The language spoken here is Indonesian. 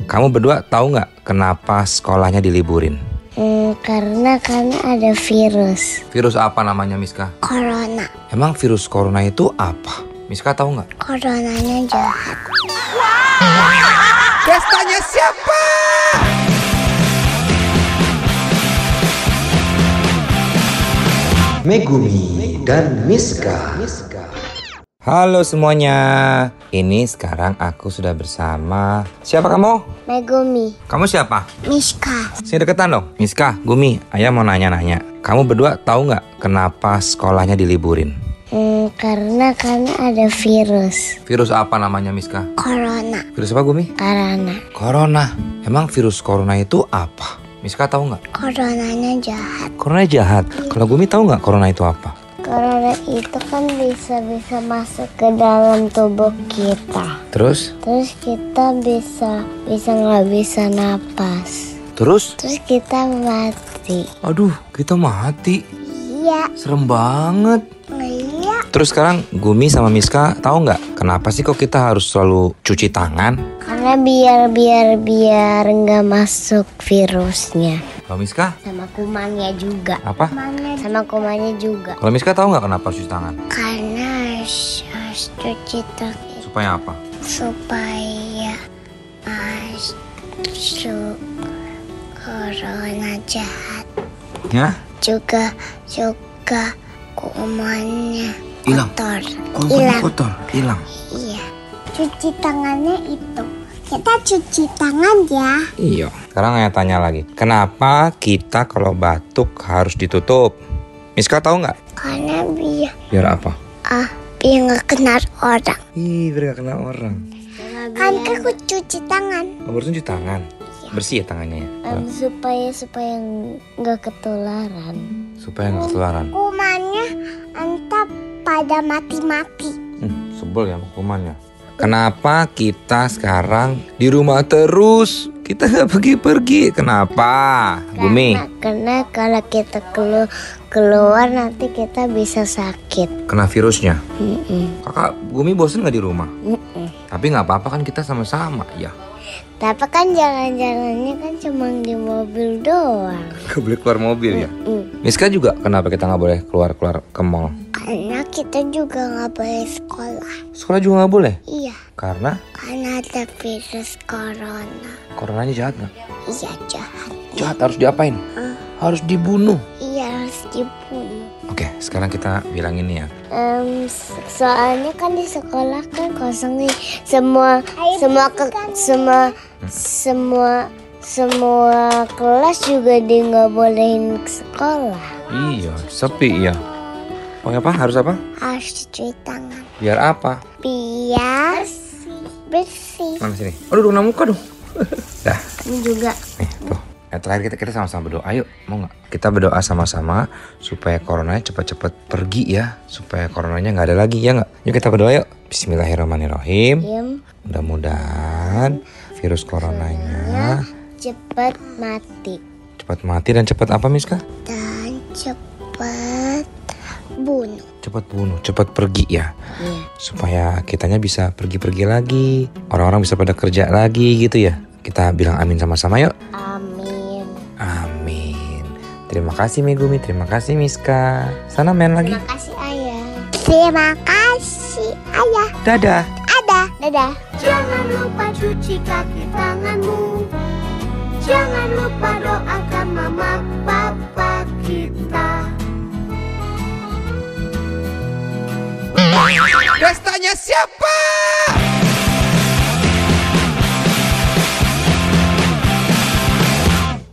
Kamu berdua tahu nggak kenapa sekolahnya diliburin? Karena ada virus. Virus apa namanya, Miska? Corona. Emang virus corona itu apa? Miska tahu nggak? Coronanya jahat. Pestanya siapa? Megumi dan Miska. Halo semuanya. Ini sekarang aku sudah bersama. Siapa kamu? Megumi. Kamu siapa? Miska. Sini deketan dong. Miska, Gumi, Ayah mau nanya-nanya. Kamu berdua tahu nggak kenapa sekolahnya diliburin? Karena ada virus. Virus apa namanya, Miska? Corona. Virus apa, Gumi? Corona. Emang virus corona itu apa? Miska tahu nggak? Coronanya jahat. Corona jahat. Kalau Gumi tahu nggak corona itu apa? Corona itu kan bisa masuk ke dalam tubuh kita. Terus kita nggak bisa napas. Terus kita mati. Aduh, kita mati. Iya. Serem banget. Iya. Terus sekarang Gumi sama Miska tahu nggak kenapa sih kok kita harus selalu cuci tangan? Karena biar nggak masuk virusnya. Kalau Miska? Sama kumannya juga. Apa? Sama kumannya juga. Kalau Miska tahu nggak kenapa harus cuci tangan? Karena harus cuci tangan. Supaya apa? Supaya masuk corona jahat. Ya? Juga kumannya Hilang. kotor. Kumannya kotor. Hilang. Iya. Cuci tangannya itu. Kita cuci tangan ya. Iya. Sekarang Ayah tanya lagi. Kenapa kita kalau batuk harus ditutup? Miska tahu nggak? Karena Biar apa? biar nggak kena orang. Biar nggak kena orang. Kan aku cuci tangan. Harus cuci tangan. Bersih ya tangannya ya? Supaya nggak ketularan. Supaya nggak ketularan. Kumannya entah pada mati-mati. Sebel ya kumannya. Kenapa kita sekarang di rumah terus? Kita nggak pergi-pergi. Kenapa? Gumi? Karena kalau kita keluar nanti kita bisa sakit. Kena virusnya. Kakak Gumi bosen nggak di rumah? Tapi nggak apa-apa kan kita sama-sama ya. Tapi kan jalan-jalannya kan cuma di mobil doang. Gak boleh keluar mobil ya. Miska juga kenapa kita nggak boleh keluar ke mall? Karena kita juga nggak boleh sekolah. Sekolah juga nggak boleh? Iya. Karena ada virus corona. Coronanya jahat nggak? Iya jahat. Jahat harus diapain? Harus dibunuh. Iya harus dibunuh. Oke, sekarang kita bilang ini ya. Soalnya kan di sekolah kan kosong nih. Semua kelas juga nggak bolehin ke sekolah. Iya, sepi ya. Pokoknya apa? Harus apa? Harus cuci tangan. Biar apa? Biar bersih. Mana sini? Aduh, kena muka dong. Dah. Ini juga. Nih, tuh. Terakhir kita sama-sama berdoa. Ayo, mau nggak? Kita berdoa sama-sama supaya coronanya cepat-cepat pergi ya. Supaya coronanya nggak ada lagi ya nggak? Yuk kita berdoa yuk. Bismillahirrahmanirrahim. Mudah-mudahan virus coronanya cepat mati. Cepat mati dan cepat apa, Miska? Dan cepat bunuh. Cepat bunuh, cepat pergi ya. Iya. Supaya kitanya bisa pergi-pergi lagi. Orang-orang bisa pada kerja lagi gitu ya. Kita bilang amin sama-sama yuk. Amin. Amin. Terima kasih Megumi, terima kasih Miska. Sana main lagi. Terima kasih Ayah. Terima kasih Ayah. Dadah. Dadah. Jangan lupa cuci kaki tanganmu. Jangan lupa doakan mama papa kita. Pestanya siapa?